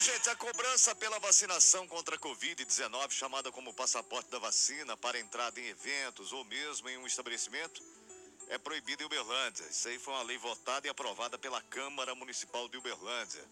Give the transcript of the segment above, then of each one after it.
Gente, a cobrança pela vacinação contra a Covid-19, chamada como passaporte da vacina para entrada em eventos ou mesmo em um estabelecimento, é proibida em Uberlândia. Isso aí foi uma lei votada e aprovada pela Câmara Municipal de Uberlândia.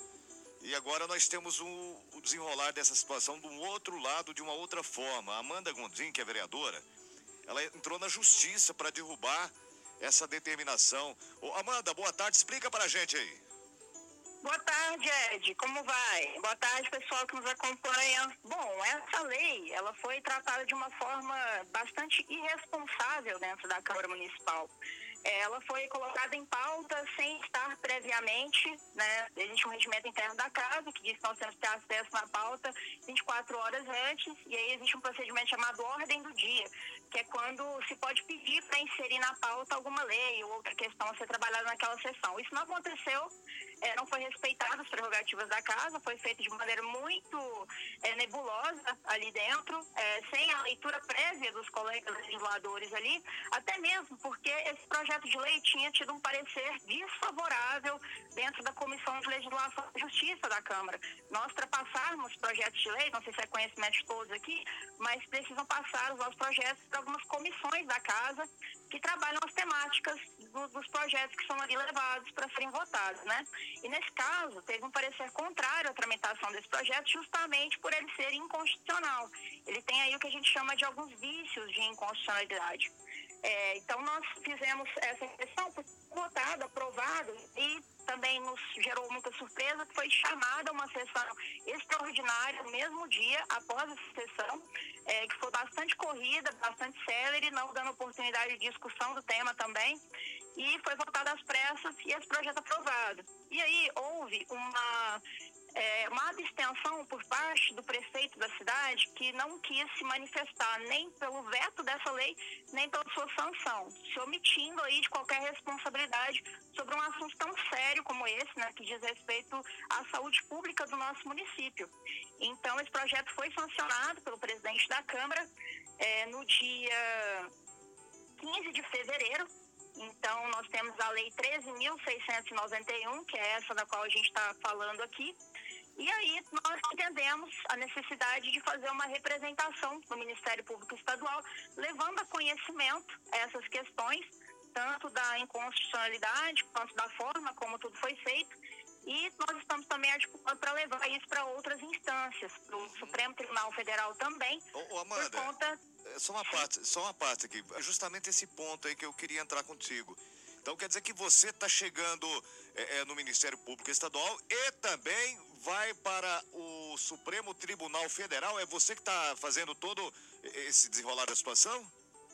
E agora nós temos o desenrolar dessa situação de um outro lado, de uma outra forma. A Amanda Gondim, que é vereadora, ela entrou na justiça para derrubar essa determinação. Ô, Amanda, boa tarde, explica para a gente aí. Boa tarde, Ed. Como vai? Boa tarde, pessoal que nos acompanha. Bom, essa lei, ela foi tratada de uma forma bastante irresponsável dentro da Câmara Municipal. Ela foi colocada em pauta sem estar previamente, né? Existe um regimento interno da casa que diz que nós temos que ter acesso na pauta 24 horas antes, e aí existe um procedimento chamado ordem do dia, que é quando se pode pedir para inserir na pauta alguma lei ou outra questão a ser trabalhada naquela sessão. Isso não aconteceu, não foi respeitado as prerrogativas da casa, foi feito de maneira muito nebulosa ali dentro, sem a leitura prévia dos colegas legisladores ali, até mesmo porque esse projeto de lei tinha tido um parecer desfavorável dentro da Comissão de Legislação e Justiça da Câmara. Nós, para passarmos projetos de lei, não sei se é conhecimento de todos aqui, mas precisam passar os nossos projetos para algumas comissões da casa que trabalham as temáticas dos projetos que são ali levados para serem votados, né? E nesse caso, teve um parecer contrário à tramitação desse projeto justamente por ele ser inconstitucional. Ele tem aí o que a gente chama de alguns vícios de inconstitucionalidade. Então, nós fizemos essa questão, foi votado, aprovado, e também nos gerou muita surpresa que foi chamada uma sessão extraordinária no mesmo dia, após essa sessão, que foi bastante corrida, bastante célere, não dando oportunidade de discussão do tema também, e foi votado às pressas e esse projeto aprovado. E aí houve uma abstenção por parte do prefeito da cidade que não quis se manifestar nem pelo veto dessa lei, nem pela sua sanção, se omitindo aí de qualquer responsabilidade sobre um assunto tão sério como esse, né, que diz respeito à saúde pública do nosso município. Então, esse projeto foi sancionado pelo presidente da Câmara no dia 15 de fevereiro. Então, nós temos a Lei 13.691, que é essa da qual a gente está falando aqui. E aí, nós entendemos a necessidade de fazer uma representação do Ministério Público Estadual, levando a conhecimento essas questões, tanto da inconstitucionalidade, quanto da forma como tudo foi feito. E nós estamos também articulando para levar isso para outras instâncias, para o Supremo Tribunal Federal também, Amanda, por conta... Só uma parte aqui, é justamente esse ponto aí que eu queria entrar contigo. Então quer dizer que você está chegando no Ministério Público Estadual e também vai para o Supremo Tribunal Federal? É você que está fazendo todo esse desenrolar da situação?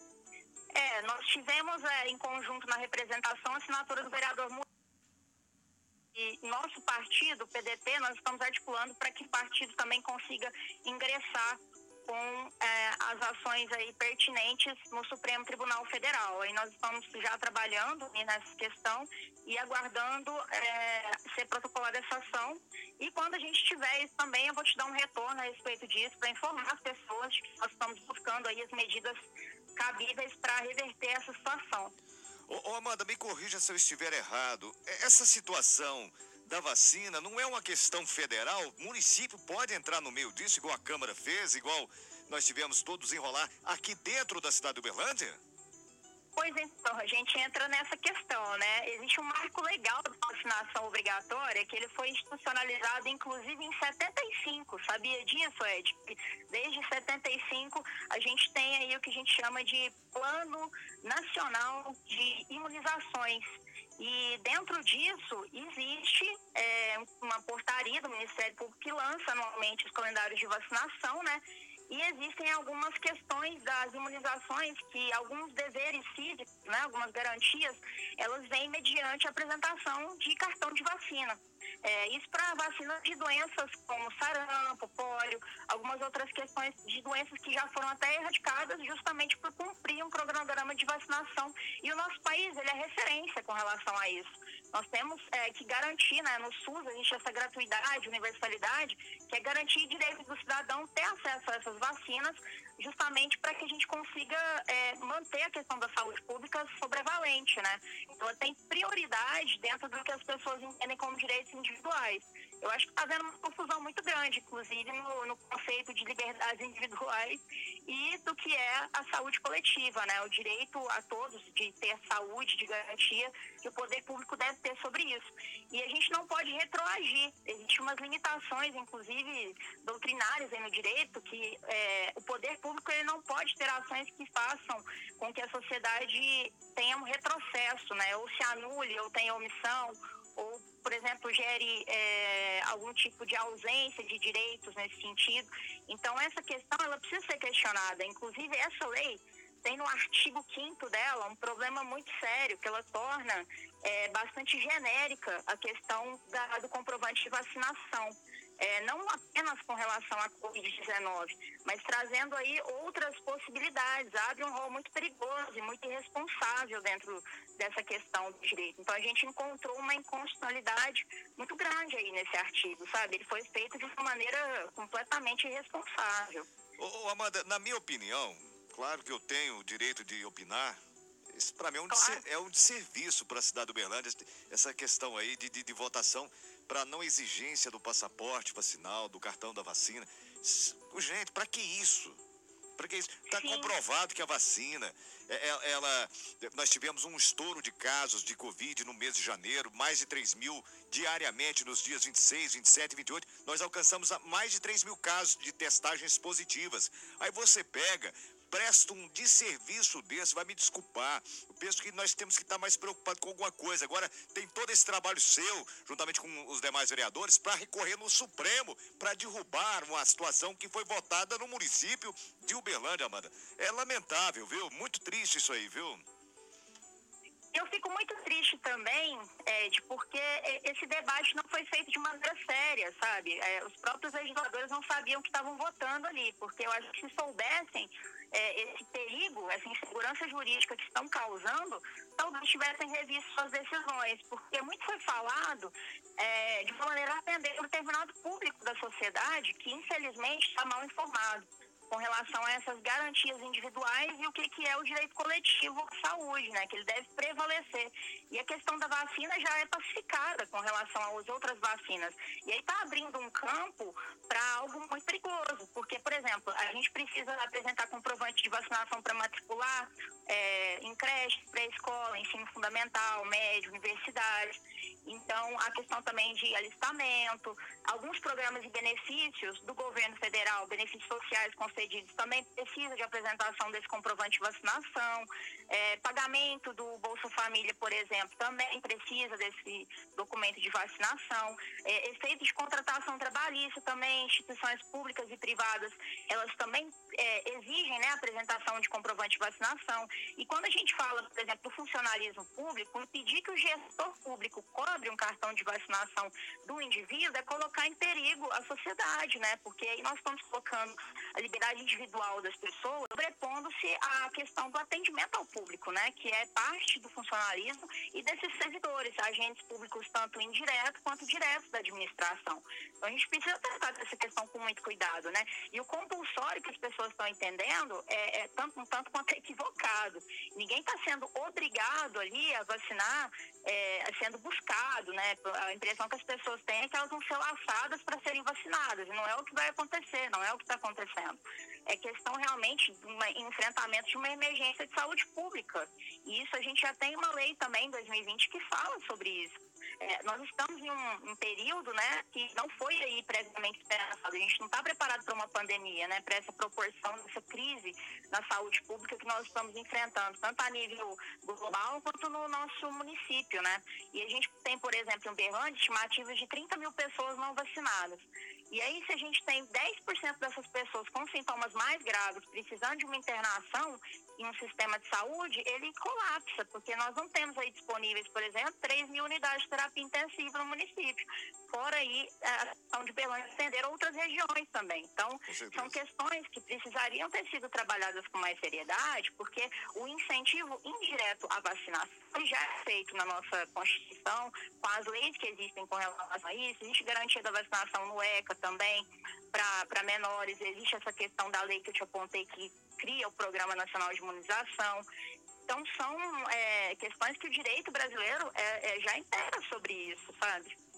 Nós tivemos em conjunto na representação a assinatura do vereador e nosso partido, o PDT, nós estamos articulando para que o partido também consiga ingressar com as ações aí pertinentes no Supremo Tribunal Federal. Aí nós estamos já trabalhando nessa questão e aguardando ser protocolada essa ação. E quando a gente tiver isso também, eu vou te dar um retorno a respeito disso, para informar as pessoas de que nós estamos buscando aí as medidas cabíveis para reverter essa situação. Amanda, me corrija se eu estiver errado. Essa situação da vacina não é uma questão federal? O município pode entrar no meio disso, igual a Câmara fez, igual nós tivemos todos enrolar aqui dentro da cidade de Uberlândia? Pois então, a gente entra nessa questão, né? Existe um marco legal da vacinação obrigatória que ele foi institucionalizado, inclusive, em 75. Sabia disso, Ed? Desde 75, a gente tem aí o que a gente chama de Plano Nacional de Imunizações. E dentro disso, existe uma portaria do Ministério Público que lança anualmente os calendários de vacinação, né? E existem algumas questões das imunizações que alguns deveres cívicos, né, algumas garantias, elas vêm mediante a apresentação de cartão de vacina. Isso para vacina de doenças como sarampo, pólio, algumas outras questões de doenças que já foram até erradicadas justamente por cumprir um cronograma de vacinação. E o nosso país, ele é referência com relação a isso. Nós temos que garantir, né, no SUS, existe essa gratuidade, universalidade, que é garantir direito do cidadão ter acesso a essas vacinas, justamente para que a gente consiga manter a questão da saúde pública sobrevalente, né? Então, ela tem prioridade dentro do que as pessoas entendem como direitos individuais. Eu acho que está havendo uma confusão muito grande, inclusive no conceito de liberdades individuais e do que é a saúde coletiva, né? O direito a todos de ter saúde, de garantia, que o poder público deve ter sobre isso. E a gente não pode retroagir. Existem umas limitações, inclusive doutrinárias aí no direito, que o poder público ele não pode ter ações que façam com que a sociedade tenha um retrocesso, né? Ou se anule, ou tenha omissão, ou, por exemplo, gere algum tipo de ausência de direitos nesse sentido. Então, essa questão ela precisa ser questionada. Inclusive, essa lei tem no artigo 5º dela um problema muito sério, que ela torna bastante genérica a questão do comprovante de vacinação. Não apenas com relação à Covid-19, mas trazendo aí outras possibilidades, abre um rol muito perigoso e muito irresponsável dentro dessa questão do direito. Então, a gente encontrou uma inconstitucionalidade muito grande aí nesse artigo, sabe? Ele foi feito de uma maneira completamente irresponsável. Amanda, na minha opinião, claro que eu tenho o direito de opinar. Isso, para mim, é um desserviço para a cidade de Uberlândia, essa questão aí de votação para não exigência do passaporte vacinal, do cartão da vacina. Gente, para que isso? Para que isso? Está comprovado que a vacina, nós tivemos um estouro de casos de Covid no mês de janeiro, mais de 3 mil diariamente nos dias 26, 27 e 28. Nós alcançamos mais de 3 mil casos de testagens positivas. Aí você presta um desserviço desse, vai me desculpar. Eu penso que nós temos que estar mais preocupados com alguma coisa. Agora, tem todo esse trabalho seu, juntamente com os demais vereadores, para recorrer no Supremo, para derrubar uma situação que foi votada no município de Uberlândia, Amanda. É lamentável, viu? Muito triste isso aí, viu? Eu fico muito triste também, porque esse debate não foi feito de maneira séria, sabe? Os próprios legisladores não sabiam que estavam votando ali, porque eu acho que se soubessem esse perigo, essa insegurança jurídica que estão causando, talvez tivessem revisto suas decisões, porque muito foi falado de uma maneira a atender um determinado público da sociedade que, infelizmente, está mal informado com relação a essas garantias individuais e o que é o direito coletivo à saúde, né? Que ele deve prevalecer. E a questão da vacina já é pacificada com relação às outras vacinas. E aí está abrindo um campo para algo muito perigoso, porque, por exemplo, a gente precisa apresentar comprovante de vacinação para matricular em creche, pré-escola, ensino fundamental, médio, universidade. Então, a questão também de alistamento, alguns programas e benefícios do governo federal, benefícios sociais concedidos, também precisa de apresentação desse comprovante de vacinação. Pagamento do Bolsa Família, por exemplo, também precisa desse documento de vacinação. Efeito de contratação trabalhista também, instituições públicas e privadas, elas também exigem, né, a apresentação de comprovante de vacinação. E quando a gente fala, por exemplo, do funcionalismo público, impedir que o gestor público cobre um cartão de vacinação do indivíduo é colocar em perigo a sociedade, né? Porque aí nós estamos colocando a liberdade individual das pessoas, sobrepondo-se à questão do atendimento ao público, né? Que é parte do funcionalismo e desses servidores, agentes públicos tanto indiretos quanto diretos da administração. Então a gente precisa tratar dessa questão com muito cuidado, né? E o compulsório que as pessoas estão entendendo é tanto quanto equivocado. Ninguém está sendo obrigado ali a vacinar, sendo buscado, né? A impressão que as pessoas têm é que elas vão ser laçadas para serem vacinadas. E não é o que vai acontecer, não é o que está acontecendo. É questão realmente de um enfrentamento de uma emergência de saúde pública. E isso a gente já tem uma lei também em 2020 que fala sobre isso. Nós estamos em um período, né, que não foi aí previamente esperado. A gente não está preparado para uma pandemia, né, para essa proporção, dessa crise na saúde pública que nós estamos enfrentando, tanto a nível global quanto no nosso município, né. E a gente tem, por exemplo, em Uberlândia, estimativas de 30 mil pessoas não vacinadas. E aí, se a gente tem 10% dessas pessoas com sintomas mais graves, precisando de uma internação em um sistema de saúde, ele colapsa, porque nós não temos aí disponíveis, por exemplo, 3 mil unidades de terapia intensiva no município. Fora aí a questão de Uberlândia estender outras regiões também. Então, são questões que precisariam ter sido trabalhadas com mais seriedade, porque o incentivo indireto à vacinação já é feito na nossa Constituição, com as leis que existem com relação a isso. Existe garantia da vacinação no ECA também, para menores. Existe essa questão da lei que eu te apontei que cria o Programa Nacional de Imunização. Então, são questões que o direito brasileiro já integra sobre isso, sabe?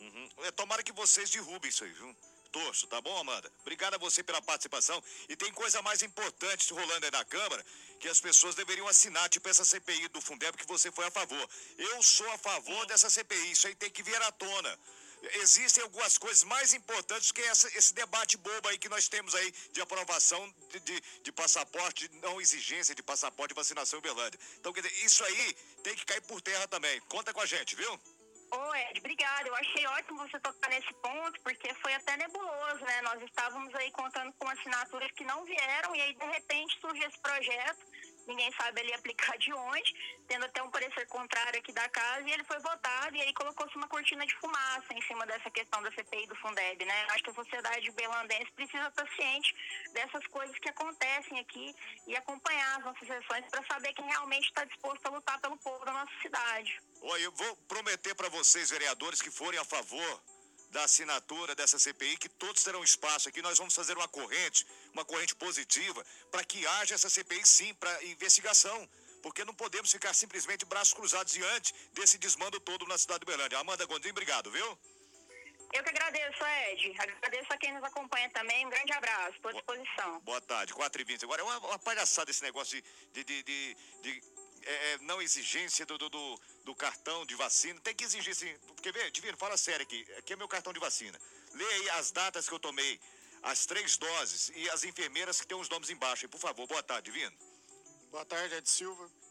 Tomara que vocês derrubem isso aí, viu? Torço, tá bom, Amanda? Obrigado a você pela participação. E tem coisa mais importante rolando aí na Câmara, que as pessoas deveriam assinar, tipo essa CPI do Fundeb, que você foi a favor. Eu sou a favor dessa CPI, isso aí tem que vir à tona. Existem algumas coisas mais importantes que esse debate bobo aí que nós temos aí de aprovação de passaporte, não exigência de passaporte de vacinação em Uberlândia. Então, quer dizer, isso aí tem que cair por terra também. Conta com a gente, viu? Ô, Ed, obrigada. Eu achei ótimo você tocar nesse ponto, porque foi até nebuloso, né? Nós estávamos aí contando com assinaturas que não vieram, e aí, de repente, surge esse projeto, ninguém sabe ali aplicar de onde, tendo até um parecer contrário aqui da casa, e ele foi votado, e aí colocou-se uma cortina de fumaça em cima dessa questão da CPI do Fundeb, né? Acho que a sociedade berlandense precisa estar ciente dessas coisas que acontecem aqui e acompanhar as nossas sessões para saber quem realmente está disposto a lutar pelo povo da nossa cidade. Olha, eu vou prometer para vocês, vereadores, que forem a favor da assinatura dessa CPI, que todos terão espaço aqui. Nós vamos fazer uma corrente positiva, para que haja essa CPI, sim, para investigação. Porque não podemos ficar simplesmente braços cruzados diante desse desmando todo na cidade de Uberlândia. Amanda Gondim, obrigado, viu? Eu que agradeço, Ed. Agradeço a quem nos acompanha também. Um grande abraço. Estou à disposição. Boa tarde, 4h20. Agora, é uma palhaçada esse negócio de não exigência do cartão de vacina. Tem que exigir, sim. Porque, vê, Divino, fala sério aqui. Aqui é meu cartão de vacina. Lê aí as datas que eu tomei, as 3 doses e as enfermeiras que tem os nomes embaixo. Por favor, boa tarde, Divino. Boa tarde, Ed Silva.